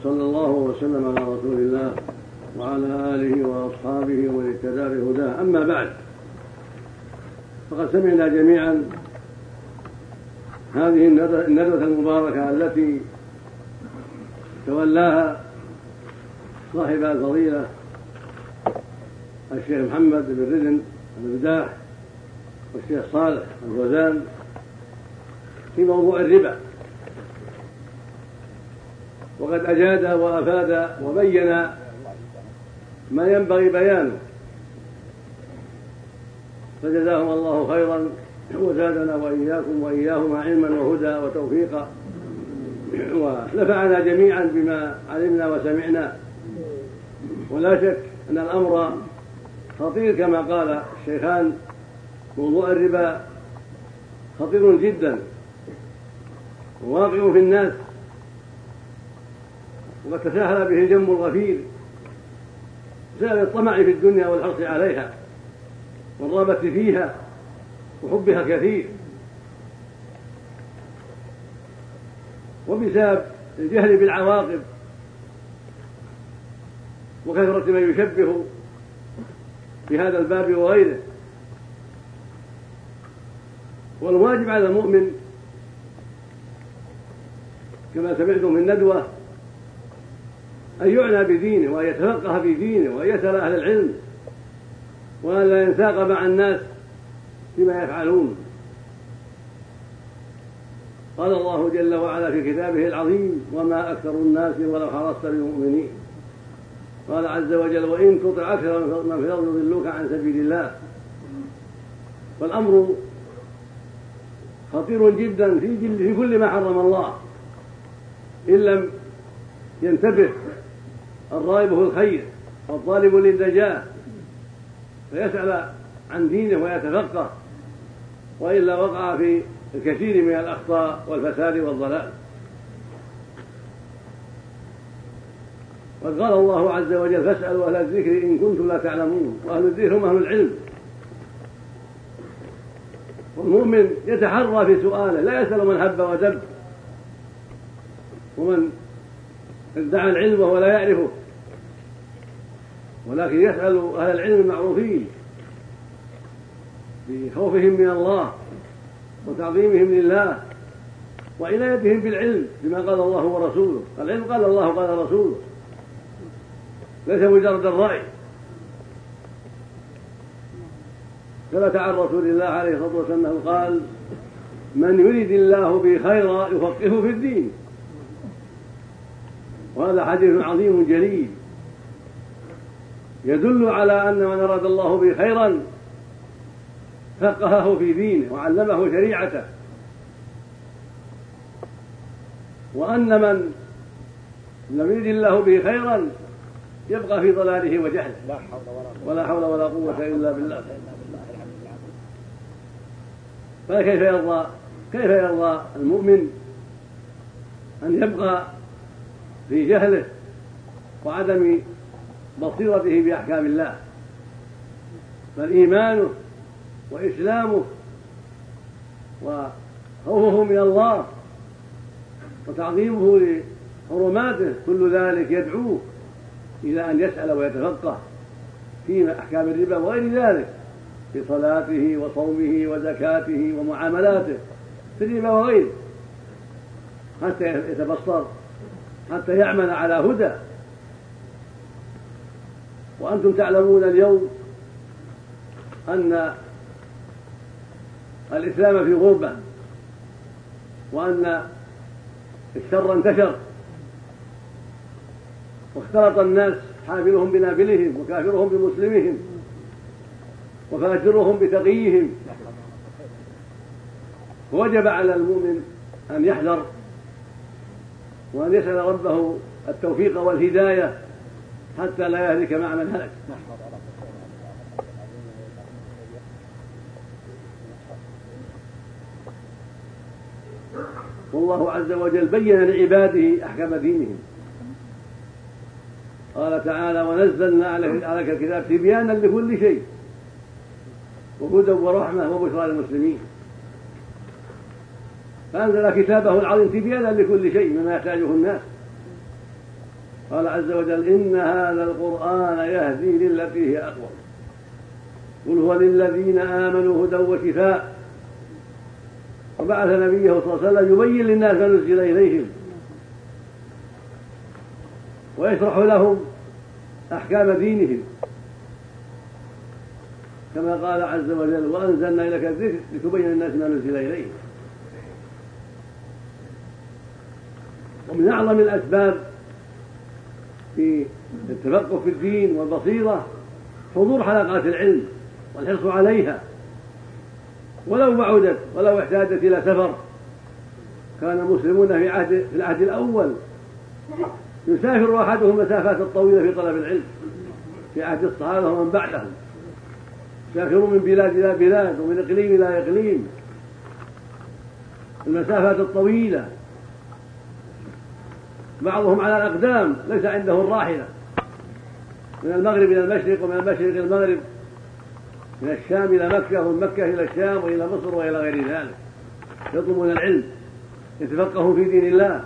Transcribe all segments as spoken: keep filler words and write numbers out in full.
وصلى الله وسلم على رسول الله وعلى آله وأصحابه ومن اهتدى بهداه. أما بعد، فقد سمعنا جميعا هذه الندوة المباركة التي تولاها صاحب الفضيلة الشيخ محمد بن رزن المداح والشيخ صالح الفوزان في موضوع الربا، وقد أجاد وأفاد وبين ما ينبغي بيانه، فجزاهم الله خيرا وزادنا وإياكم وإياهما علما وهدى وتوفيقا، ونفعنا جميعا بما علمنا وسمعنا. ولا شك أن الأمر خطير كما قال الشيخان. موضوع الربا خطير جدا وواقع في الناس، وقد تساهل به الجم الغفير بسبب الطمع في الدنيا والحرص عليها والرغبة فيها وحبها كثير، وبسبب الجهل بالعواقب وكثرة من يشبه في هذا الباب وغيره. والواجب على المؤمن كما سمعتم في الندوة أن يعنى بدينه وأن يتفقه في دينه وأن يسأل أهل العلم، وأن لا ينساق مع الناس فيما يفعلون. قال الله جل وعلا في كتابه العظيم: وما أكثر الناس ولو حرصت بمؤمنين. قال عز وجل: وإن تطع أكثر من في الأرض يضلوك عن سبيل الله. فالأمر خطير جدا في كل ما حرم الله، إن لم ينتبه الراغب في الخير والطالب للنجاة فيسأل عن دينه ويتفقه، وإلا وقع في الكثير من الأخطاء والفساد والضلال. وقد قال الله عز وجل: فاسألوا أهل الذكر إن كنتم لا تعلمون. وأهل الذكر هم أهل العلم. والمؤمن يتحرى في سؤاله، لا يسأل من هب ودب ومن ادعى العلم وهو لا يعرفه، ولكن يسأل أهل العلم المعروفين بخوفهم من الله وتعظيمهم لله وعنايتهم بالعلم بما قال الله ورسوله. العلم قال الله قال رسوله، ليس مجرد الرأي. ثبت عن رسول الله عليه الصلاة والسلام قال: من يريد الله به خيرا يفقهه في الدين. وهذا حديث عظيم جليل يدل على أن من أراد الله به خيرا فقهه في دينه وعلمه شريعته، وأن من لم يرد الله به خيرا يبقى في ضلاله وجهله، ولا حول ولا قوة إلا بالله. فكيف يرضى كيف يرضى المؤمن أن يبقى في جهله وعدم بصيرته بأحكام الله؟ فالإيمان وإسلامه وخوفه من الله وتعظيمه لحرماته كل ذلك يدعوه إلى أن يسأل ويتفقه في أحكام الربا وغير ذلك، في صلاته وصومه وزكاته ومعاملاته في الربا وغيره، حتى يتبصر، حتى يعمل على هدى. وأنتم تعلمون اليوم أن الإسلام في غربة، وأن الشر انتشر واختلط الناس، حافلهم بنافلهم وكافرهم بمسلمهم وفاجرهم بتقيهم. ووجب على المؤمن أن يحذر وأن يسأل ربه التوفيق والهداية حتى لا يهلك مع من هلك. والله عز وجل بين لعباده أحكام دينهم. قال تعالى: ونزلنا عليك الكتاب تبيانا لكل شيء وهدى ورحمة وبشرى للمسلمين. فأنزل كتابه العظيم تبيانا لكل شيء مما يحتاجه الناس، قال عز وجل إن هذا القرآن يهدي للتي هي أقوم قل هو للذين آمنوا هدى وشفاء. وبعث نبيه صلى الله عليه وسلم يبين للناس ما نزل إليهم ويشرح لهم أحكام دينهم، كما قال عز وجل وأنزلنا إليك الذكر لتبين للناس ما نزل إليهم. ومن أعظم الأسباب في التفقه في الدين والبصيرة حضور حلقات العلم والحرص عليها ولو بعدت ولو احتاجت إلى سفر. كان المسلمون في عهد في العهد الأول يسافر أحدهم مسافات الطويلة في طلب العلم، في عهد الصحابة ومن بعدهم يسافرون من بلاد إلى بلاد ومن إقليم إلى إقليم المسافات الطويلة، بعضهم على الأقدام ليس عنده الراحلة، من المغرب إلى المشرق ومن المشرق إلى المغرب، من الشام إلى مكة ومن مكة إلى الشام وإلى مصر وإلى غير ذلك، يطلبون العلم يتفقهوا في دين الله.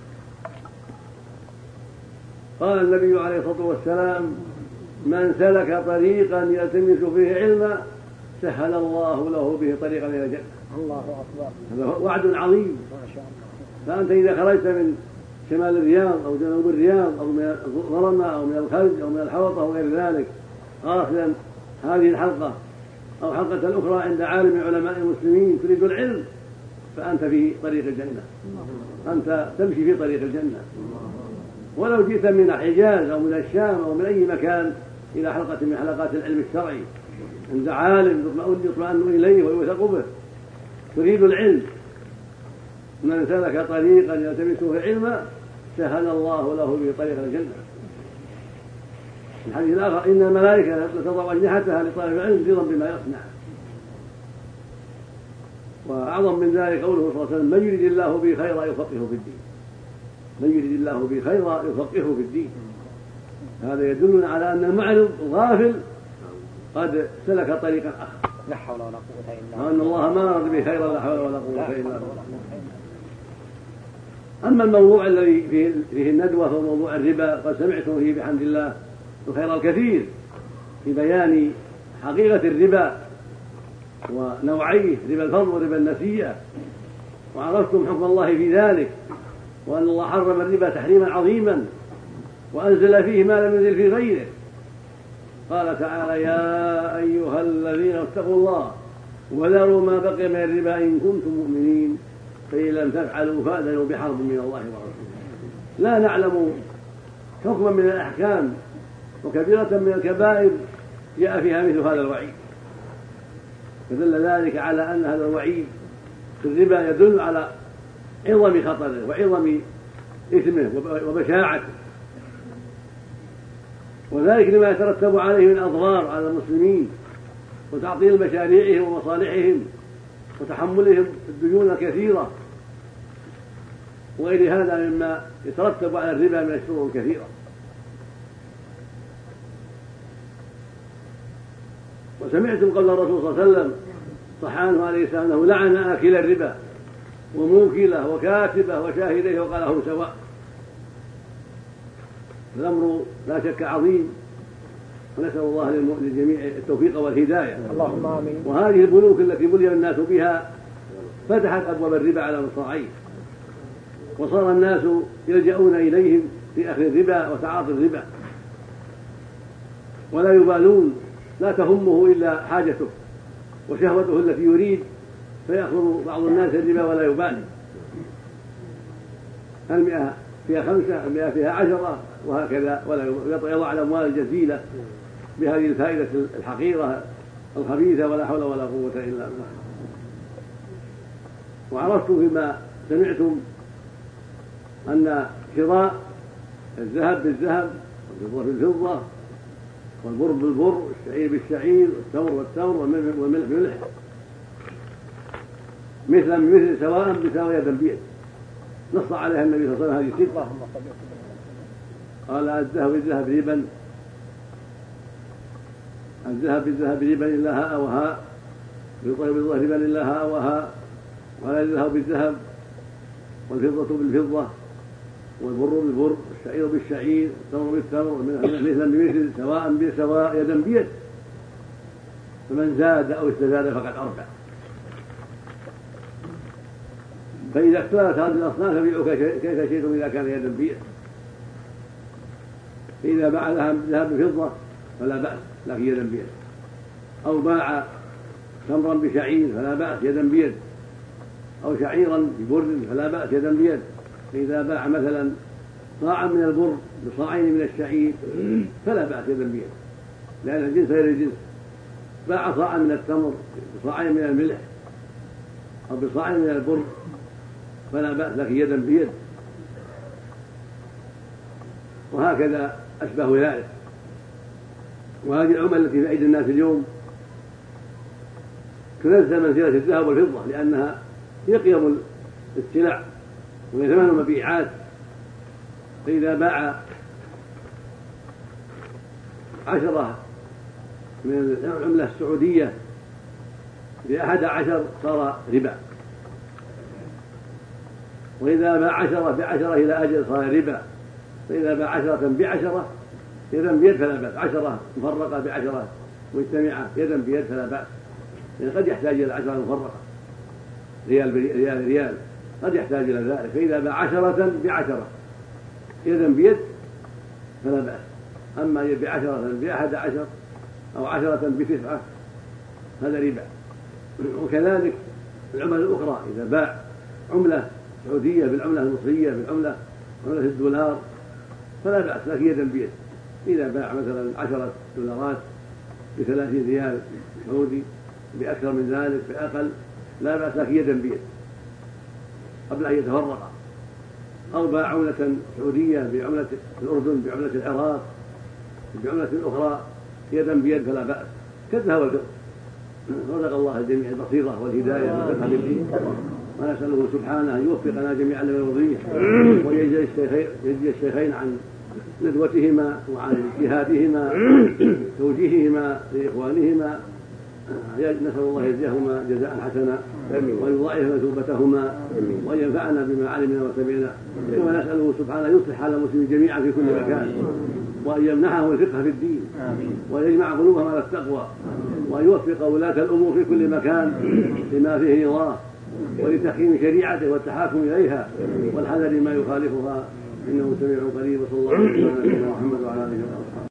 قال النبي عليه الصلاة والسلام من سلك طريقا يلتمس فيه علما سهل الله له به طريقا إلى الجنة. الله أكبر. هذا وعد عظيم. ما شاء الله. فأنت إذا خرجت من شمال الرياض أو جنوب الرياض أو من ظلمة أو من الخلج أو من الحوطة أو غير ذلك آخذا هذه الحلقة أو حلقة الأخرى عند عالم من علماء المسلمين تريد العلم فأنت في طريق الجنة، أنت تمشي في طريق الجنة. ولو جئت من الحجاز أو من الشام أو من أي مكان إلى حلقة من حلقات العلم الشرعي عند عالم يطمئن إليه ويوثق به تريد العلم، من سلك طريقا يلتمس فيه علما سهل الله له به طريق الجنة. الحديث الآخر إن الملائكة لتضع أجنحتها لطالب العلم رضا بما يصنع. وأعظم من ذلك قوله صلى الله عليه وسلم من يريد الله به خيرا يفقهه في الدين، من يريد الله به خيرا يفقهه في الدين. هذا يدلنا على أن المعرض الغافل قد سلك طريقا آخر، لا حول ولا قوة إلا بالله، وأن الله ما أراد به خيرا لا حول ولا قوة إلا بالله. أما الموضوع الذي فيه, فيه الندوة هو موضوع الربا، قد سمعتم فيه بحمد الله الخير الكثير في بيان حقيقة الربا ونوعيه ربا الفضل وربا النسيئة، وعرفتم حكم الله في ذلك، وأن الله حرم الربا تحريما عظيما وأنزل فيه ما لم ينزل في غيره. قال تعالى يا أيها الذين اتقوا الله وذروا ما بقي من الربا إن كنتم مؤمنين فإن لم تفعلوا فأذنوا بحرب من الله ورسوله. لا نعلم حكما من الأحكام وكبيرة من الكبائر جاء فيها مثل هذا الوعيد، فدل ذلك على أن هذا الوعيد في الربا يدل على عظم خطره وعظم إثمه وبشاعته، وذلك لما يترتب عليه من أضرار على المسلمين وتعطيل مشاريعهم ومصالحهم وتحملهم الديون الكثيرة وغير هذا مما يترتب على الربا من الشرور الكثيرة. وسمعتم قول الرسول صلى الله عليه وسلم صح عنه عليه السلام أنه لعن آكل الربا وموكله وكاتبه وشاهديه وقال هم سواء. الأمر لا شك عظيم، ونسأل الله للجميع التوفيق والهداية. اللهم آمين. وهذه البنوك التي بلي الناس بها فتحت أبواب الربا على مصراعيه، وصار الناس يلجؤون إليهم في أخذ الربا وتعاطي الربا ولا يبالون، لا تهمه إلا حاجته وشهوته التي يريد، فيأخذ بعض الناس الربا ولا يبالي، المئة فيها خمسة المئة فيها عشرة وهكذا، ولا يضع الأموال الجزيلة بهذه الفائدة الحقيرة الخبيثة ولا حول ولا قوة إلا بالله. وعرفتم فيما سمعتم أن شراء الذهب بالذهب والفضة بالفضة والبر بالبر والشعير بالشعير والتمر والتمر والملح بالملح مثلا بمثل سواء بساوية بيد، نص عليها النبي صلى الله عليه وسلم هذه ستة. قال الذهب بالذهب ربا، الذهب بالذهب ربا إلا هاء وهاء، بالضرب بالضرب ربا إلا هاء وهاء، ولا الذهب بالذهب والفضة بالفضة والبر بالبر والشعير بالشعير والتمر بالتمر مثلا بمثل سواء بسواء يدا بيد، فمن زاد أو استزاد فقد أربع. فإذا اختلفت هذه الأصناف فبيعوا كيف شئتم إذا كان يدا بيد. فإذا باع ذهب بفضة فلا بأس لكن يدا بيد، أو باع تمرا بشعير فلا بأس يدا بيد، أو شعيرا ببر فلا بأس يدا بيد. فإذا باع مثلا صاعا من البر بصاعين من الشعير فلا بأس يدا بيد، لأن الجنس غير الجنس. باع صاعا من التمر بصاعين من الملح أو بصاعين من البر فلا بأس لكن يدا بيد. وهكذا أشبه ذلك. وهذه العمل التي في أيدي الناس اليوم تنزل منزلة الذهب والفضة، لأنها هي قيم السلع وهي ثمن المبيعات. فإذا باع عشرة من العملة السعودية بأحد عشر صار ربا، وإذا باع عشرة بعشرة إلى أجل صار ربا. فإذا باع عشرة بعشرة يدا بيد فلا بأس، عشرة مفرقة بعشرة مجتمعة يدا بيد فلا بأس، يعني قد يحتاج إلى عشرة مفرقة ريال ريال ريال قد يحتاج إلى ذلك. فإذا باع عشرة بعشرة يدا بيد فلا بأس. أما بعشرة بأحد عشر أو عشرة بتسعة هذا ربا. وكذلك العمل الأخرى إذا باع عملة سعودية بالعملة المصرية بالعملة عملة الدولار فلا بأس لكن يدا بيد. إذا باع مثلا عشرة دولارات بثلاثين ريال سعودي بأكثر من ذلك بأقل لا بأس لكن يدا بيد قبل أن يتفرق. أو باع عملة سعودية بعملة الأردن بعملة العراق بعملة أخرى يدا بيد فلا بأس كالذهب والفضة. رزق الله الجميع البصيرة والهداية والفقه بالدين، ونسأله سبحانه أن يوفقنا جميعا لما يرضيه ويجزي الشيخين عن ندوتهما وعن اجتهادهما توجيههما لإخوانهما. نسأل الله يجزيهما جزاء حسنا ويضاعف مثوبتهما وأن ينفعنا بما علمنا وسمعنا. كما نسأله سبحانه يصلح حال المسلمين جميعا في كل مكان، وأن يمنحهم الفقه في الدين، وأن يجمع قلوبهم على التقوى، وأن يوفق ولاة الأمور في كل مكان لما فيه رضاه ولتحكيم شريعته والتحاكم إليها والحذر ما يخالفها، إنه سميع قريب. وصلى الله عليه وسلم على محمد وعلى آله وصحبه.